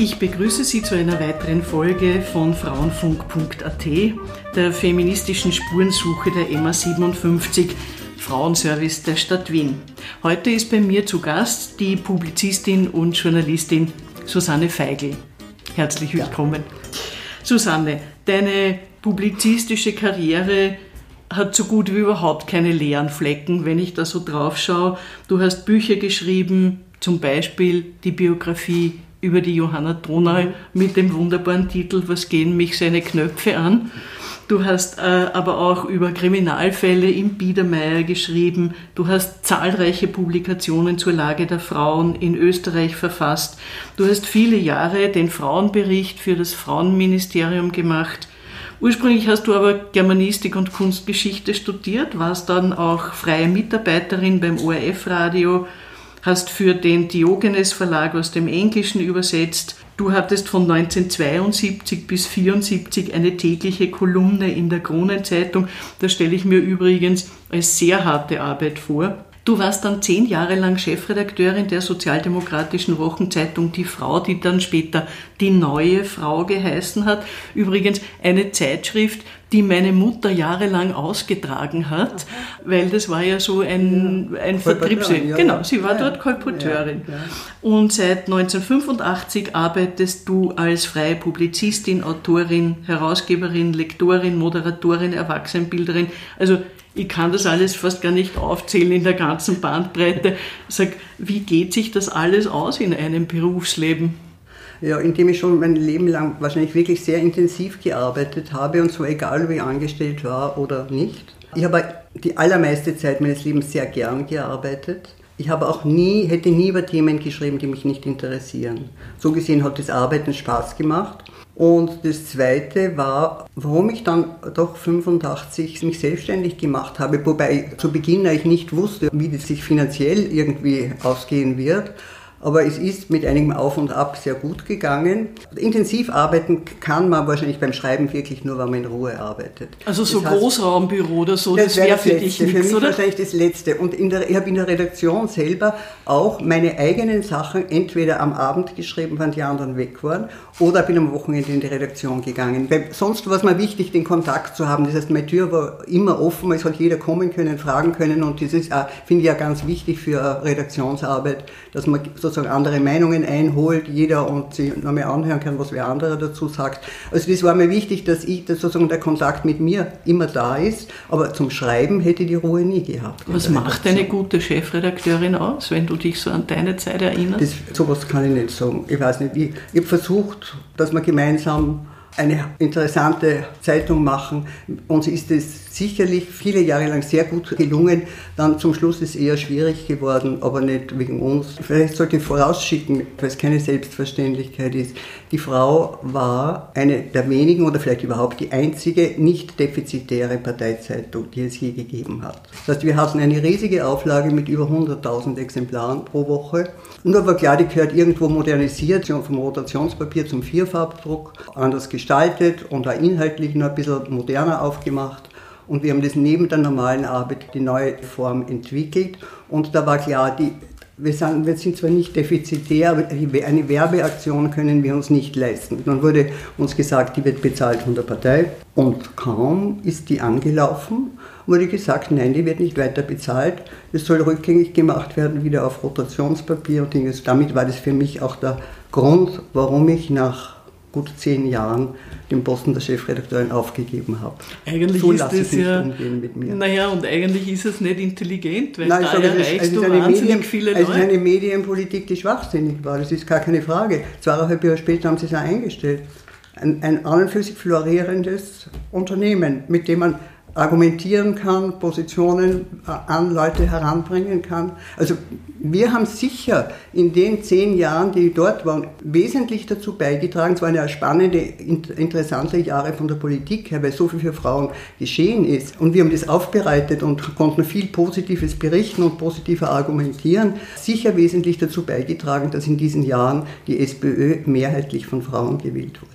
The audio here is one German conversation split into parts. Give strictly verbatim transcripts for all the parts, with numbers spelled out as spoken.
Ich begrüße Sie zu einer weiteren Folge von Frauenfunk punkt a t, der feministischen Spurensuche der M A siebenundfünfzig, Frauenservice der Stadt Wien. Heute ist bei mir zu Gast die Publizistin und Journalistin Susanne Feigl. Herzlich willkommen. Ja. Susanne, deine publizistische Karriere hat so gut wie überhaupt keine leeren Flecken, wenn ich da so drauf schaue. Du hast Bücher geschrieben, zum Beispiel die Biografie über die Johanna Donau mit dem wunderbaren Titel „Was gehen mich seine Knöpfe an?". Du hast äh, aber auch über Kriminalfälle im Biedermeier geschrieben. Du hast zahlreiche Publikationen zur Lage der Frauen in Österreich verfasst. Du hast viele Jahre den Frauenbericht für das Frauenministerium gemacht. Ursprünglich hast du aber Germanistik und Kunstgeschichte studiert, warst dann auch freie Mitarbeiterin beim O R F-Radio, hast für den Diogenes Verlag aus dem Englischen übersetzt. Du hattest von neunzehnhundertzweiundsiebzig bis neunzehnhundertvierundsiebzig eine tägliche Kolumne in der Kronenzeitung. Das stelle ich mir übrigens als sehr harte Arbeit vor. Du warst dann zehn Jahre lang Chefredakteurin der sozialdemokratischen Wochenzeitung Die Frau, die dann später Die Neue Frau geheißen hat. Übrigens eine Zeitschrift, die meine Mutter jahrelang ausgetragen hat, weil das war ja so ein, ein Vertriebs... Ja, genau, sie war ja dort Kolporteurin. Ja, ja. Und seit neunzehnhundertfünfundachtzig arbeitest du als freie Publizistin, Autorin, Herausgeberin, Lektorin, Moderatorin, Erwachsenenbilderin. Also ich kann das alles fast gar nicht aufzählen in der ganzen Bandbreite. Sag, wie geht sich das alles aus in einem Berufsleben? Ja, indem ich schon mein Leben lang wahrscheinlich wirklich sehr intensiv gearbeitet habe und so egal, ob ich angestellt war oder nicht. Ich habe die allermeiste Zeit meines Lebens sehr gern gearbeitet. Ich habe auch nie, hätte nie über Themen geschrieben, die mich nicht interessieren. So gesehen hat das Arbeiten Spaß gemacht. Und das Zweite war, warum ich dann doch fünfundachtzig mich selbstständig gemacht habe, wobei zu Beginn ich nicht wusste, wie das sich finanziell irgendwie ausgehen wird. Aber es ist mit einigem Auf und Ab sehr gut gegangen. Intensiv arbeiten kann man wahrscheinlich beim Schreiben wirklich nur, wenn man in Ruhe arbeitet. Also so das heißt, Großraumbüro oder so, das, das wäre wär für dich nichts, Für mich oder? Wahrscheinlich das Letzte. Und in der, ich habe in der Redaktion selber auch meine eigenen Sachen entweder am Abend geschrieben, wenn die anderen weg waren, oder bin am Wochenende in die Redaktion gegangen. Weil sonst war es mir wichtig, den Kontakt zu haben. Das heißt, meine Tür war immer offen, es hat jeder kommen können, fragen können. Und das ist, finde ich, ja ganz wichtig für Redaktionsarbeit, dass man so sozusagen andere Meinungen einholt, jeder und sich nochmal anhören kann, was wer anderer dazu sagt. Also das war mir wichtig, dass ich, dass sozusagen der Kontakt mit mir immer da ist, aber zum Schreiben hätte ich die Ruhe nie gehabt. Was macht eine gute Chefredakteurin aus, wenn du dich so an deine Zeit erinnerst? Das, sowas kann ich nicht sagen. Ich weiß nicht, ich, ich habe versucht, dass wir gemeinsam eine interessante Zeitung machen. Uns ist es sicherlich viele Jahre lang sehr gut gelungen. Dann zum Schluss ist es eher schwierig geworden, aber nicht wegen uns. Vielleicht sollte ich vorausschicken, weil es keine Selbstverständlichkeit ist. Die Frau war eine der wenigen oder vielleicht überhaupt die einzige nicht defizitäre Parteizeitung, die es je gegeben hat. Das heißt, wir hatten eine riesige Auflage mit über hunderttausend Exemplaren pro Woche. Nur war klar, die gehört irgendwo modernisiert, vom Rotationspapier zum Vierfarbdruck, anders gestaltet und auch inhaltlich noch ein bisschen moderner aufgemacht. Und wir haben das neben der normalen Arbeit die neue Form entwickelt. Und da war klar, die, wir, sind, wir sind zwar nicht defizitär, aber eine Werbeaktion können wir uns nicht leisten. Dann wurde uns gesagt, die wird bezahlt von der Partei. Und kaum ist die angelaufen, wurde gesagt, nein, die wird nicht weiter bezahlt. Es soll rückgängig gemacht werden, wieder auf Rotationspapier und Dinge. Damit war das für mich auch der Grund, warum ich nach gut zehn Jahren den Posten der Chefredakteurin aufgegeben habe. Eigentlich so ist lasse das ich nicht ja, umgehen mit mir. Naja, und eigentlich ist es nicht intelligent, weil Nein, da sage, erreichst es ist, du eine wahnsinnig Medien, viele es Leute. Es ist eine Medienpolitik, die schwachsinnig war, das ist gar keine Frage. Zweieinhalb Jahre später haben sie es auch eingestellt. Ein, ein an und für sich florierendes Unternehmen, mit dem man argumentieren kann, Positionen an Leute heranbringen kann. Also wir haben sicher in den zehn Jahren, die dort waren, wesentlich dazu beigetragen. Es waren ja spannende, interessante Jahre von der Politik her, weil so viel für Frauen geschehen ist. Und wir haben das aufbereitet und konnten viel Positives berichten und positiver argumentieren. Sicher wesentlich dazu beigetragen, dass in diesen Jahren die SPÖ mehrheitlich von Frauen gewählt wurde.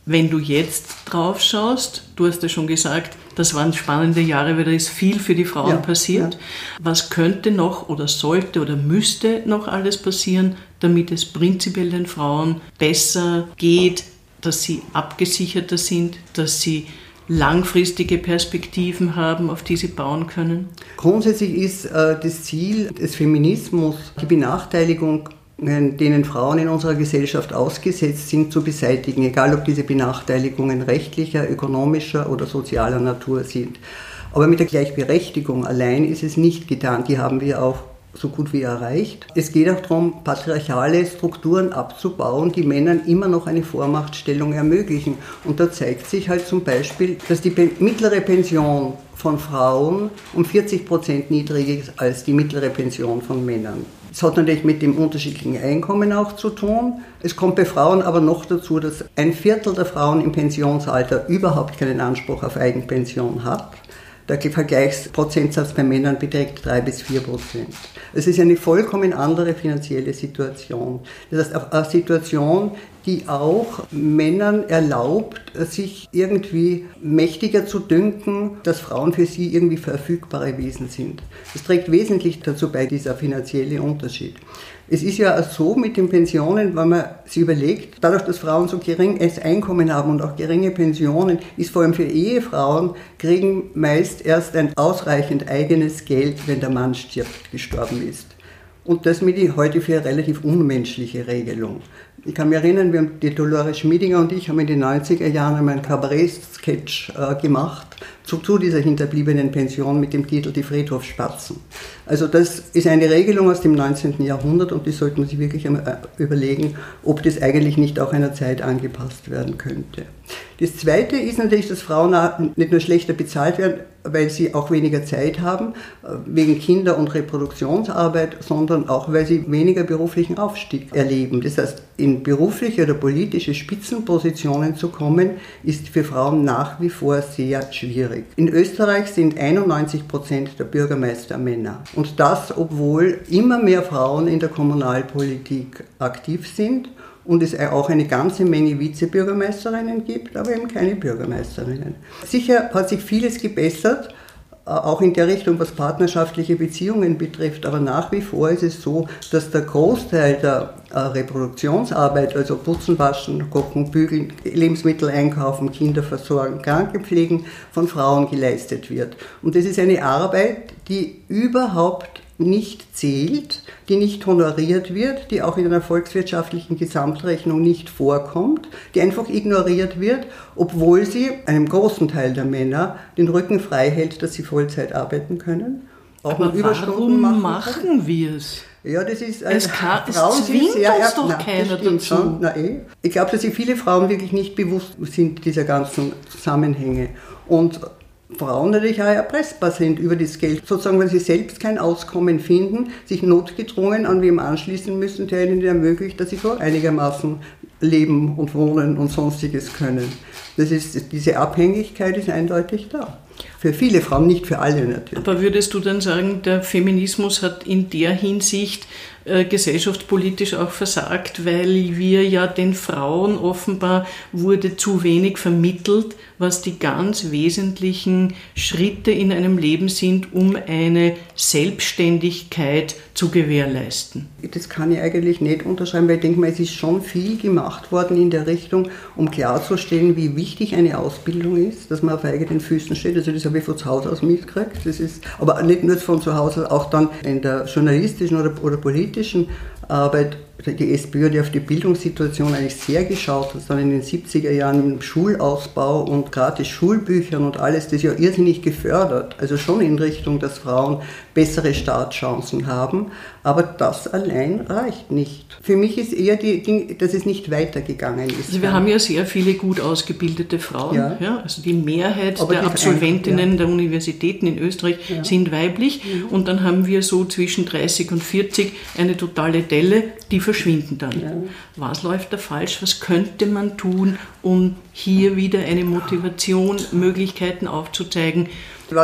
Wenn du jetzt drauf schaust, du hast ja schon gesagt, das waren spannende Jahre, weil da ist viel für die Frauen ja, passiert. Ja. Was könnte noch oder sollte oder müsste noch alles passieren, damit es prinzipiell den Frauen besser geht, dass sie abgesicherter sind, dass sie langfristige Perspektiven haben, auf die sie bauen können? Grundsätzlich ist äh, das Ziel des Feminismus, die Benachteiligung, denen Frauen in unserer Gesellschaft ausgesetzt sind, zu beseitigen, egal ob diese Benachteiligungen rechtlicher, ökonomischer oder sozialer Natur sind. Aber mit der Gleichberechtigung allein ist es nicht getan, die haben wir auch so gut wie erreicht. Es geht auch darum, patriarchale Strukturen abzubauen, die Männern immer noch eine Vormachtstellung ermöglichen. Und da zeigt sich halt zum Beispiel, dass die mittlere Pension von Frauen um vierzig Prozent niedriger ist als die mittlere Pension von Männern. Das hat natürlich mit dem unterschiedlichen Einkommen auch zu tun. Es kommt bei Frauen aber noch dazu, dass ein Viertel der Frauen im Pensionsalter überhaupt keinen Anspruch auf Eigenpension hat. Der Vergleichsprozentsatz bei Männern beträgt drei bis vier Prozent. Es ist eine vollkommen andere finanzielle Situation. Das heißt, eine Situation, die auch Männern erlaubt, sich irgendwie mächtiger zu dünken, dass Frauen für sie irgendwie verfügbare Wesen sind. Das trägt wesentlich dazu bei, dieser finanzielle Unterschied. Es ist ja so mit den Pensionen, wenn man sich überlegt, dadurch, dass Frauen so geringes Einkommen haben und auch geringe Pensionen, ist vor allem für Ehefrauen, kriegen meist erst ein ausreichend eigenes Geld, wenn der Mann stirbt, gestorben ist. Und das mit die heute für eine relativ unmenschliche Regelung. Ich kann mich erinnern, wir haben, die Dolores Schmiedinger und ich haben in den neunziger Jahren einmal einen Kabarett-Sketch äh, gemacht zu, zu dieser hinterbliebenen Pension mit dem Titel Die Friedhofsspatzen. Also das ist eine Regelung aus dem neunzehnten Jahrhundert und die sollte man sich wirklich einmal überlegen, ob das eigentlich nicht auch einer Zeit angepasst werden könnte. Das Zweite ist natürlich, dass Frauen nicht nur schlechter bezahlt werden, weil sie auch weniger Zeit haben, wegen Kinder- und Reproduktionsarbeit, sondern auch, weil sie weniger beruflichen Aufstieg erleben. Das heißt, in berufliche oder politische Spitzenpositionen zu kommen, ist für Frauen nach wie vor sehr schwierig. In Österreich sind einundneunzig Prozent der Bürgermeister Männer. Und das, obwohl immer mehr Frauen in der Kommunalpolitik aktiv sind und es auch eine ganze Menge Vizebürgermeisterinnen gibt, aber eben keine Bürgermeisterinnen. Sicher hat sich vieles gebessert, auch in der Richtung, was partnerschaftliche Beziehungen betrifft, aber nach wie vor ist es so, dass der Großteil der Reproduktionsarbeit, also Putzen, Waschen, Kochen, Bügeln, Lebensmittel einkaufen, Kinder versorgen, Kranke pflegen, von Frauen geleistet wird. Und das ist eine Arbeit, die überhaupt nicht zählt, die nicht honoriert wird, die auch in einer volkswirtschaftlichen Gesamtrechnung nicht vorkommt, die einfach ignoriert wird, obwohl sie einem großen Teil der Männer den Rücken frei hält, dass sie Vollzeit arbeiten können. Auch aber warum machen, machen wir es? Ja, das ist ein, es, kann, Frauen es zwingt sehr, uns doch na, keiner dazu. Na, eh. Ich glaube, dass sich viele Frauen wirklich nicht bewusst sind dieser ganzen Zusammenhänge. Und Frauen natürlich auch erpressbar sind über das Geld, sozusagen, weil sie selbst kein Auskommen finden, sich notgedrungen an wem anschließen müssen, der ihnen ermöglicht, dass sie so einigermaßen leben und wohnen und sonstiges können. Das ist, diese Abhängigkeit ist eindeutig da. Für viele Frauen, nicht für alle natürlich. Aber würdest du dann sagen, der Feminismus hat in der Hinsicht äh, gesellschaftspolitisch auch versagt, weil wir ja den Frauen offenbar wurde zu wenig vermittelt, was die ganz wesentlichen Schritte in einem Leben sind, um eine Selbstständigkeit zu gewährleisten? Das kann ich eigentlich nicht unterschreiben, weil ich denke mal, es ist schon viel gemacht worden in der Richtung, um klarzustellen, wie wichtig eine Ausbildung ist, dass man auf eigenen Füßen steht. Also das habe ich von zu Hause aus mitgekriegt. Das ist, aber nicht nur von zu Hause, auch dann in der journalistischen oder, oder politischen Arbeit. Die SPÖ hat ja auf die Bildungssituation eigentlich sehr geschaut, das dann in den siebziger Jahren im Schulausbau und gratis Schulbüchern und alles, das ja irrsinnig gefördert. Also schon in Richtung, dass Frauen bessere Startchancen haben. Aber das allein reicht nicht. Für mich ist eher die Ding, dass es nicht weitergegangen ist. Also wir haben ja sehr viele gut ausgebildete Frauen. Ja. Ja, also die Mehrheit aber der Absolventinnen einfach, ja. der Universitäten in Österreich ja. sind weiblich. Mhm. Und dann haben wir so zwischen dreißig und vierzig eine totale Delle, die verschwinden dann. Ja. Was läuft da falsch? Was könnte man tun, um hier wieder eine Motivation, Möglichkeiten aufzuzeigen? Was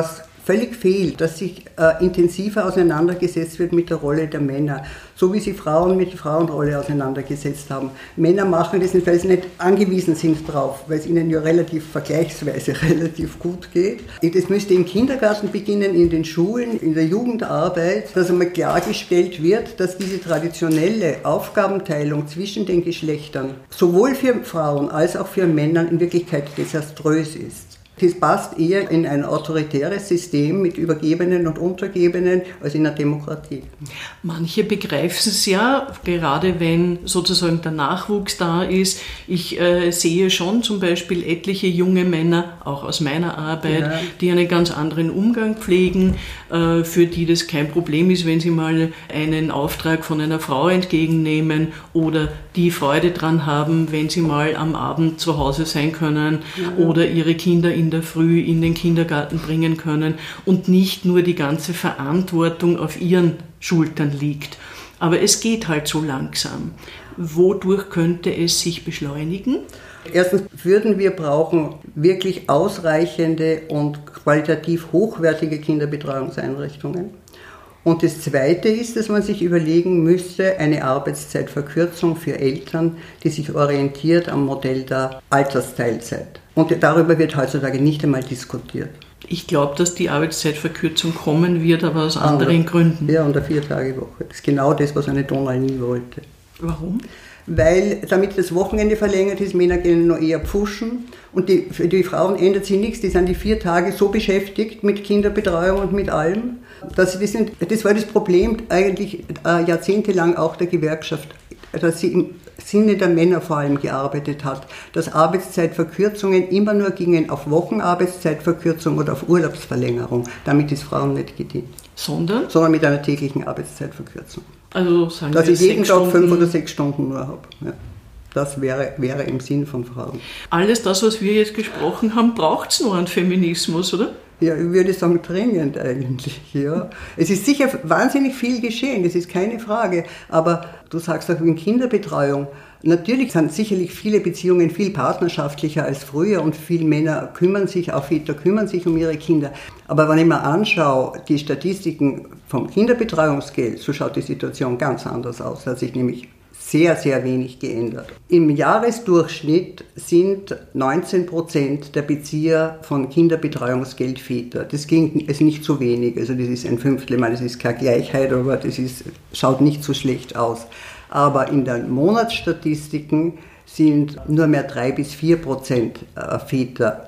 völlig fehlt, dass sich äh, intensiver auseinandergesetzt wird mit der Rolle der Männer, so wie sie Frauen mit der Frauenrolle auseinandergesetzt haben. Männer machen das nicht, weil sie nicht angewiesen sind drauf, weil es ihnen ja relativ vergleichsweise relativ gut geht. Das müsste im Kindergarten beginnen, in den Schulen, in der Jugendarbeit, dass einmal klargestellt wird, dass diese traditionelle Aufgabenteilung zwischen den Geschlechtern sowohl für Frauen als auch für Männer in Wirklichkeit desaströs ist. Das passt eher in ein autoritäres System mit Übergebenen und Untergebenen als in einer Demokratie. Manche begreifen es ja, gerade wenn sozusagen der Nachwuchs da ist. Ich äh, sehe schon zum Beispiel etliche junge Männer, auch aus meiner Arbeit, ja. die einen ganz anderen Umgang pflegen, äh, für die das kein Problem ist, wenn sie mal einen Auftrag von einer Frau entgegennehmen oder die Freude dran haben, wenn sie mal am Abend zu Hause sein können ja. oder ihre Kinder in der Früh in den Kindergarten bringen können und nicht nur die ganze Verantwortung auf ihren Schultern liegt. Aber es geht halt so langsam. Wodurch könnte es sich beschleunigen? Erstens würden wir brauchen wirklich ausreichende und qualitativ hochwertige Kinderbetreuungseinrichtungen. Und das Zweite ist, dass man sich überlegen müsste, eine Arbeitszeitverkürzung für Eltern, die sich orientiert am Modell der Altersteilzeit. Und darüber wird heutzutage nicht einmal diskutiert. Ich glaube, dass die Arbeitszeitverkürzung kommen wird, aber aus anderen Andere, Gründen. Ja, und eine Vier-Tage-Woche. Das ist genau das, was eine Donald nie wollte. Warum? Weil damit das Wochenende verlängert ist, Männer gehen noch eher pfuschen und die, für die Frauen ändert sich nichts. Die sind die vier Tage so beschäftigt mit Kinderbetreuung und mit allem, dass sie das nicht, das war das Problem eigentlich äh, jahrzehntelang auch der Gewerkschaft, dass sie im Sinne der Männer vor allem gearbeitet hat, dass Arbeitszeitverkürzungen immer nur gingen auf Wochenarbeitszeitverkürzung oder auf Urlaubsverlängerung. Damit ist Frauen nicht gedient. Sondern? Sondern mit einer täglichen Arbeitszeitverkürzung. Also sagen Dass wir ich jeden Tag Stunden. fünf oder sechs Stunden nur habe. Ja. Das wäre, wäre im Sinn von Frauen. Alles das, was wir jetzt gesprochen haben, braucht es nur an Feminismus, oder? Ja, ich würde sagen, dringend eigentlich. Ja. Es ist sicher wahnsinnig viel geschehen, das ist keine Frage. Aber du sagst auch in Kinderbetreuung, natürlich sind sicherlich viele Beziehungen viel partnerschaftlicher als früher und viele Männer kümmern sich, auch Väter kümmern sich um ihre Kinder. Aber wenn ich mir anschaue, die Statistiken vom Kinderbetreuungsgeld, so schaut die Situation ganz anders aus. Da hat sich nämlich sehr, sehr wenig geändert. Im Jahresdurchschnitt sind neunzehn Prozent der Bezieher von Kinderbetreuungsgeld Väter. Das ist nicht so wenig, also das ist ein Fünftel, ich meine, das ist keine Gleichheit, aber das ist, schaut nicht so schlecht aus. Aber in den Monatsstatistiken sind nur mehr drei bis vier Prozent Väter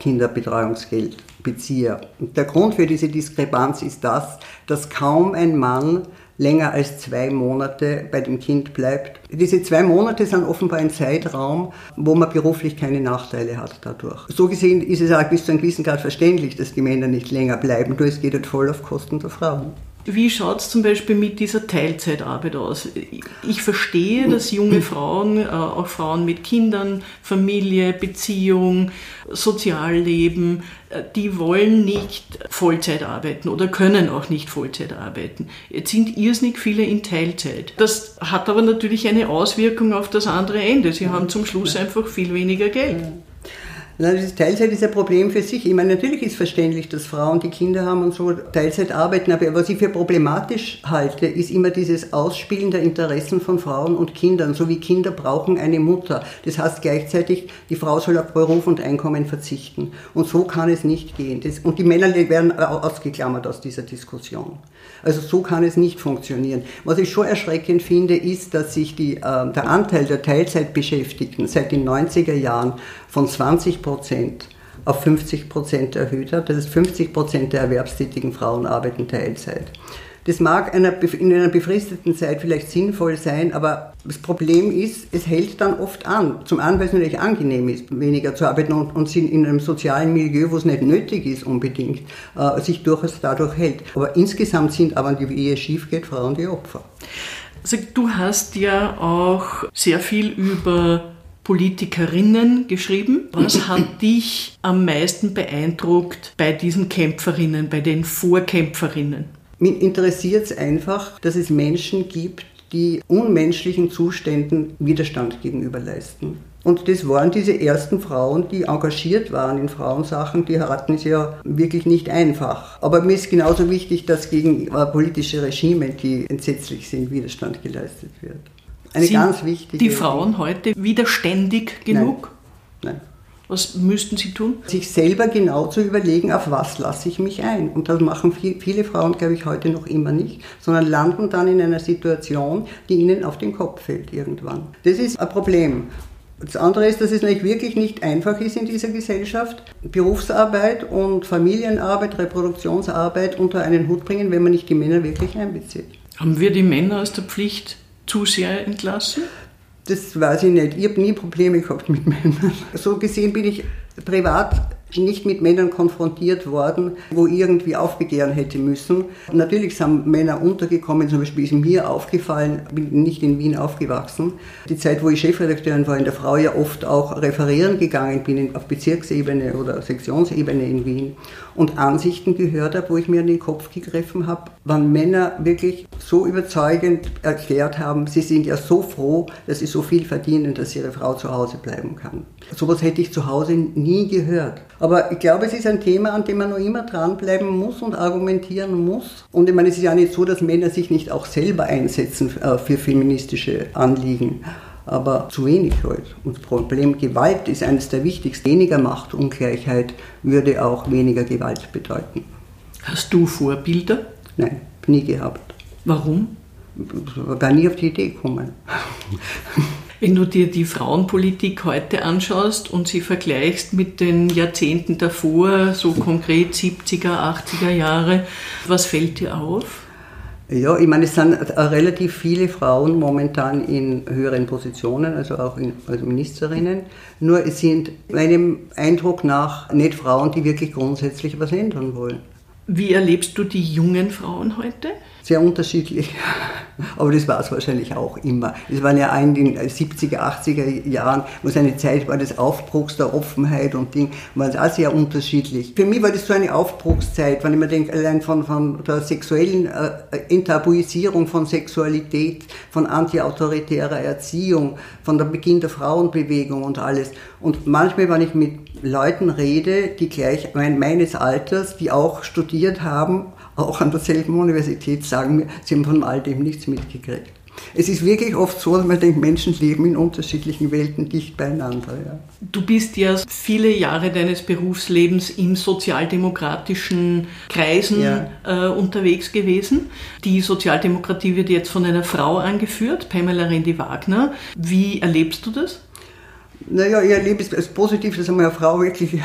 Kinderbetreuungsgeldbezieher. Und der Grund für diese Diskrepanz ist das, dass kaum ein Mann länger als zwei Monate bei dem Kind bleibt. Diese zwei Monate sind offenbar ein Zeitraum, wo man beruflich keine Nachteile hat dadurch. So gesehen ist es auch bis zu einem gewissen Grad verständlich, dass die Männer nicht länger bleiben, nur es geht halt voll auf Kosten der Frauen. Wie schaut es zum Beispiel mit dieser Teilzeitarbeit aus? Ich verstehe, dass junge Frauen, auch Frauen mit Kindern, Familie, Beziehung, Sozialleben, die wollen nicht Vollzeit arbeiten oder können auch nicht Vollzeit arbeiten. Jetzt sind irrsinnig viele in Teilzeit. Das hat aber natürlich eine Auswirkung auf das andere Ende. Sie haben zum Schluss einfach viel weniger Geld. Das Teilzeit ist ein Problem für sich. Ich meine, natürlich ist verständlich, dass Frauen, die Kinder haben und so, Teilzeit arbeiten, aber was ich für problematisch halte, ist immer dieses Ausspielen der Interessen von Frauen und Kindern, so wie Kinder brauchen eine Mutter. Das heißt gleichzeitig, die Frau soll auf Beruf und Einkommen verzichten. Und so kann es nicht gehen. Das, und die Männer werden ausgeklammert aus dieser Diskussion. Also so kann es nicht funktionieren. Was ich schon erschreckend finde, ist, dass sich die, äh, der Anteil der Teilzeitbeschäftigten seit den neunziger Jahren von zwanzig Prozent auf fünfzig Prozent erhöht hat. Das heißt, fünfzig Prozent der erwerbstätigen Frauen arbeiten Teilzeit. Das mag in einer befristeten Zeit vielleicht sinnvoll sein, aber das Problem ist, es hält dann oft an. Zum einen, weil es natürlich angenehm ist, weniger zu arbeiten und, und in einem sozialen Milieu, wo es nicht nötig ist unbedingt, äh, sich durchaus dadurch hält. Aber insgesamt sind aber, wenn die Ehe schief geht, Frauen die Opfer. Also, du hast ja auch sehr viel über Politikerinnen geschrieben. Was hat dich am meisten beeindruckt bei diesen Kämpferinnen, bei den Vorkämpferinnen? Mich interessiert es einfach, dass es Menschen gibt, die unmenschlichen Zuständen Widerstand gegenüber leisten. Und das waren diese ersten Frauen, die engagiert waren in Frauensachen, die hatten es ja wirklich nicht einfach. Aber mir ist genauso wichtig, dass gegen politische Regime, die entsetzlich sind, Widerstand geleistet wird. Eine sind ganz wichtige... die Frauen heute widerständig genug? Nein. Nein. Was müssten sie tun? Sich selber genau zu überlegen, auf was lasse ich mich ein. Und das machen viele Frauen, glaube ich, heute noch immer nicht, sondern landen dann in einer Situation, die ihnen auf den Kopf fällt irgendwann. Das ist ein Problem. Das andere ist, dass es natürlich wirklich nicht einfach ist in dieser Gesellschaft, Berufsarbeit und Familienarbeit, Reproduktionsarbeit unter einen Hut bringen, wenn man nicht die Männer wirklich einbezieht. Haben wir die Männer aus der Pflicht zu sehr entlassen? Das weiß ich nicht. Ich habe nie Probleme gehabt mit Männern. So gesehen bin ich privat nicht mit Männern konfrontiert worden, wo irgendwie aufbegehren hätte müssen. Natürlich sind Männer untergekommen, zum Beispiel ist mir aufgefallen, ich bin nicht in Wien aufgewachsen. Die Zeit, wo ich Chefredakteurin war, in der Frau ja oft auch referieren gegangen bin, auf Bezirksebene oder Sektionsebene in Wien und Ansichten gehört habe, wo ich mir an den Kopf gegriffen habe, wann Männer wirklich so überzeugend erklärt haben, sie sind ja so froh, dass sie so viel verdienen, dass ihre Frau zu Hause bleiben kann. Sowas hätte ich zu Hause nie gehört. Aber ich glaube, es ist ein Thema, an dem man noch immer dranbleiben muss und argumentieren muss. Und ich meine, es ist ja nicht so, dass Männer sich nicht auch selber einsetzen für feministische Anliegen. Aber zu wenig halt. Und das Problem Gewalt ist eines der wichtigsten. Weniger Machtungleichheit würde auch weniger Gewalt bedeuten. Hast du Vorbilder? Nein, nie gehabt. Warum? Gar nie auf die Idee gekommen. Wenn du dir die Frauenpolitik heute anschaust und sie vergleichst mit den Jahrzehnten davor, so konkret siebziger, achtziger Jahre, was fällt dir auf? Ja, ich meine, es sind relativ viele Frauen momentan in höheren Positionen, also auch in, als Ministerinnen. Nur es sind meinem Eindruck nach nicht Frauen, die wirklich grundsätzlich was ändern wollen. Wie erlebst du die jungen Frauen heute? Sehr unterschiedlich, aber das war es wahrscheinlich auch immer. Es waren ja in den siebziger, achtziger Jahren, wo es eine Zeit war des Aufbruchs, der Offenheit und Ding, war es auch sehr unterschiedlich. Für mich war das so eine Aufbruchszeit, wenn ich mir denke, allein von, von der sexuellen äh, Enttabuisierung von Sexualität, von antiautoritärer Erziehung, von der Beginn der Frauenbewegung und alles. Und manchmal, wenn ich mit Leuten rede, die gleich mein, meines Alters, die auch studiert haben, auch an derselben Universität, sagen mir, sie haben von all dem nichts mitgekriegt. Es ist wirklich oft so, dass man denkt, Menschen leben in unterschiedlichen Welten dicht beieinander. Ja. Du bist ja viele Jahre deines Berufslebens in sozialdemokratischen Kreisen ja. äh, unterwegs gewesen. Die Sozialdemokratie wird jetzt von einer Frau angeführt, Pamela Rendi-Wagner. Wie erlebst du das? Naja, ich erlebe es als positiv, dass einmal eine Frau wirklich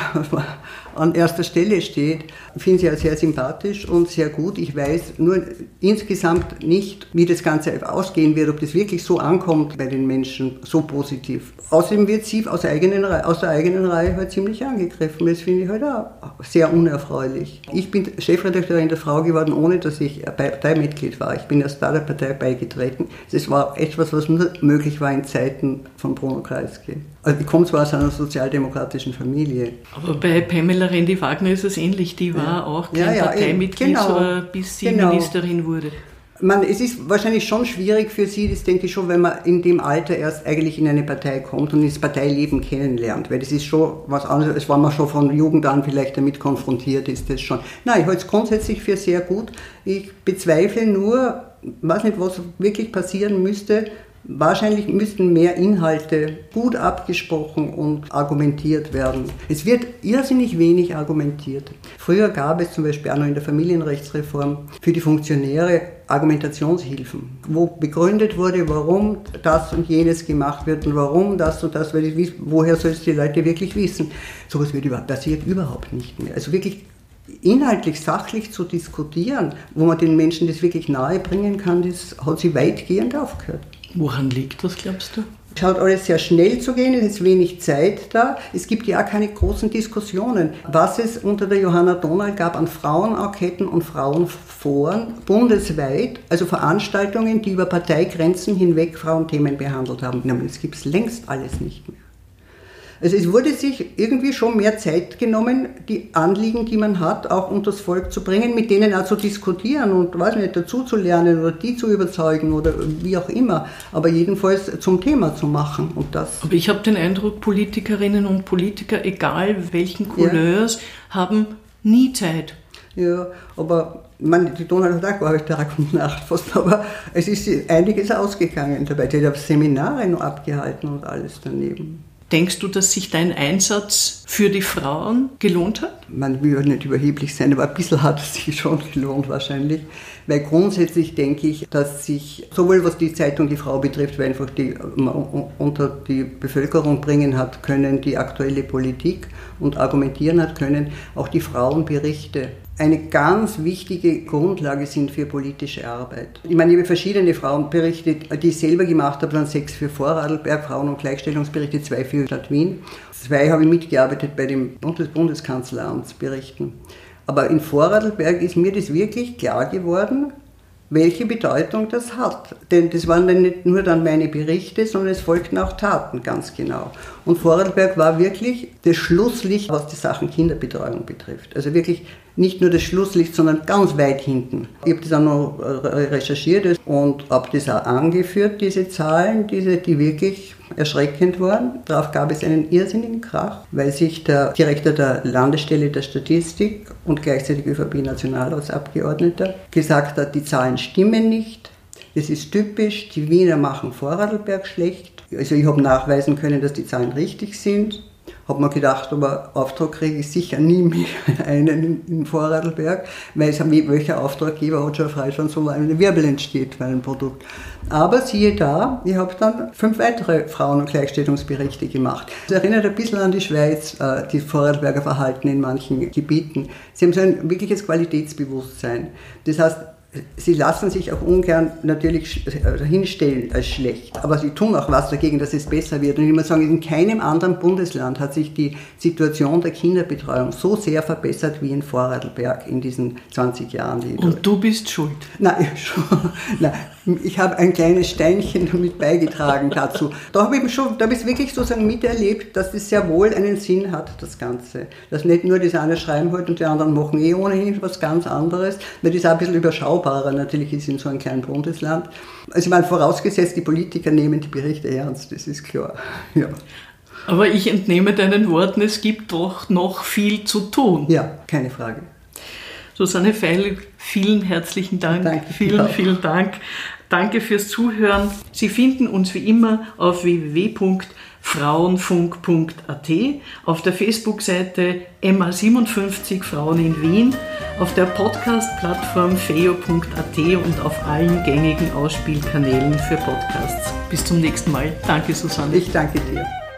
an erster Stelle steht. Ich finde sie ja sehr sympathisch und sehr gut. Ich weiß nur insgesamt nicht, wie das Ganze ausgehen wird, ob das wirklich so ankommt bei den Menschen, so positiv. Außerdem wird sie aus, eigenen, aus der eigenen Reihe halt ziemlich angegriffen. Das finde ich halt auch sehr unerfreulich. Ich bin Chefredakteurin der Frau geworden, ohne dass ich Parteimitglied war. Ich bin erst da der Partei beigetreten. Das war etwas, was nur möglich war in Zeiten von Bruno Kreisky. Also ich komme zwar aus einer sozialdemokratischen Familie. Aber bei Pamela Rendi-Wagner ist es ähnlich. Die war ja. auch kein ja, ja, Parteimitglied, genau, bis sie genau. Ministerin wurde. Man, es ist wahrscheinlich schon schwierig für sie, das denke ich schon, wenn man in dem Alter erst eigentlich in eine Partei kommt und das Parteileben kennenlernt, weil das ist schon was anderes, als wenn man schon von Jugend an vielleicht damit konfrontiert ist, das schon. Nein, ich halte es grundsätzlich für sehr gut. Ich bezweifle nur, weiß nicht, was wirklich passieren müsste. Wahrscheinlich müssten mehr Inhalte gut abgesprochen und argumentiert werden. Es wird irrsinnig wenig argumentiert. Früher gab es zum Beispiel auch noch in der Familienrechtsreform für die Funktionäre Argumentationshilfen, wo begründet wurde, warum das und jenes gemacht wird und warum das und das, weil ich, woher soll es die Leute wirklich wissen? So etwas wird überhaupt, passiert überhaupt nicht mehr. Also wirklich inhaltlich, sachlich zu diskutieren, wo man den Menschen das wirklich nahe bringen kann, das hat sie weitgehend aufgehört. Woran liegt das, glaubst du? Es schaut alles sehr schnell zu gehen, es ist wenig Zeit da. Es gibt ja auch keine großen Diskussionen. Was es unter der Johanna Donald gab an Frauenenqueten und Frauenforen bundesweit, also Veranstaltungen, die über Parteigrenzen hinweg Frauenthemen behandelt haben. Das gibt es längst alles nicht mehr. Also es wurde sich irgendwie schon mehr Zeit genommen, die Anliegen, die man hat, auch unter das Volk zu bringen, mit denen auch zu diskutieren und, weiß nicht, dazu zu lernen oder die zu überzeugen oder wie auch immer, aber jedenfalls zum Thema zu machen. Und das. Aber ich habe den Eindruck, Politikerinnen und Politiker, egal welchen Couleurs, ja. haben nie Zeit. Ja, aber man, die Donald hat auch gearbeitet, Tag und Nacht fast, aber es ist einiges ausgegangen dabei. Die hat Seminare noch abgehalten und alles daneben. Denkst du, dass sich dein Einsatz für die Frauen gelohnt hat? Man will nicht überheblich sein, aber ein bisschen hat es sich schon gelohnt wahrscheinlich. Weil grundsätzlich denke ich, dass sich, sowohl was die Zeitung Die Frau betrifft, weil einfach die unter die Bevölkerung bringen hat können, die aktuelle Politik und argumentieren hat können, auch die Frauenberichte eine ganz wichtige Grundlage sind für politische Arbeit. Ich meine, ich habe verschiedene Frauenberichte, die ich selber gemacht habe, dann sechs für Vorarlberg, Frauen- und Gleichstellungsberichte, zwei für Stadt Wien. Zwei habe ich mitgearbeitet bei den Bundeskanzleramtsberichten. Aber in Vorarlberg ist mir das wirklich klar geworden, welche Bedeutung das hat. Denn das waren dann nicht nur dann meine Berichte, sondern es folgten auch Taten, ganz genau. Und Vorarlberg war wirklich das Schlusslicht, was die Sachen Kinderbetreuung betrifft. Also wirklich nicht nur das Schlusslicht, sondern ganz weit hinten. Ich habe das auch noch recherchiert und habe das auch angeführt, diese Zahlen, diese, die wirklich erschreckend waren. Darauf gab es einen irrsinnigen Krach, weil sich der Direktor der Landesstelle der Statistik und gleichzeitig ÖVP-Nationalratsabgeordneter gesagt hat, die Zahlen stimmen nicht. Das ist typisch, die Wiener machen Vorarlberg schlecht. Also ich habe nachweisen können, dass die Zahlen richtig sind. Habe mir gedacht, aber Auftrag kriege ich sicher nie mehr einen in Vorarlberg, weil es, welcher Auftraggeber hat schon frei schon so ein Wirbel entsteht bei einem Produkt. Aber siehe da, ich habe dann fünf weitere Frauen- und Gleichstellungsberichte gemacht. Das erinnert ein bisschen an die Schweiz, die Vorarlberger Verhalten in manchen Gebieten. Sie haben so ein wirkliches Qualitätsbewusstsein. Das heißt, sie lassen sich auch ungern natürlich hinstellen als schlecht, aber sie tun auch was dagegen, dass es besser wird. Und ich muss sagen, in keinem anderen Bundesland hat sich die Situation der Kinderbetreuung so sehr verbessert wie in Vorarlberg in diesen zwanzig Jahren. Die Und du bist schuld? Nein, schon, nein, ich habe ein kleines Steinchen damit beigetragen dazu. Da habe ich schon, da habe ich wirklich sozusagen miterlebt, dass das sehr wohl einen Sinn hat, das Ganze. Dass nicht nur das eine schreiben halt und die anderen machen eh ohnehin was ganz anderes, weil das auch ein bisschen überschaubar natürlich ist in so einem kleinen Bundesland. Also ich meine, vorausgesetzt, die Politiker nehmen die Berichte ernst, das ist klar. Ja. Aber ich entnehme deinen Worten, es gibt doch noch viel zu tun. Ja, keine Frage. Susanne Feil, vielen herzlichen Dank. Danke. Vielen, vielen Dank. Danke fürs Zuhören. Sie finden uns wie immer auf w w w punkt frauenfunk punkt a t, auf der Facebook-Seite M A siebenundfünfzig Frauen in Wien, auf der Podcast-Plattform feo punkt a t und auf allen gängigen Ausspielkanälen für Podcasts. Bis zum nächsten Mal. Danke, Susanne. Ich danke dir.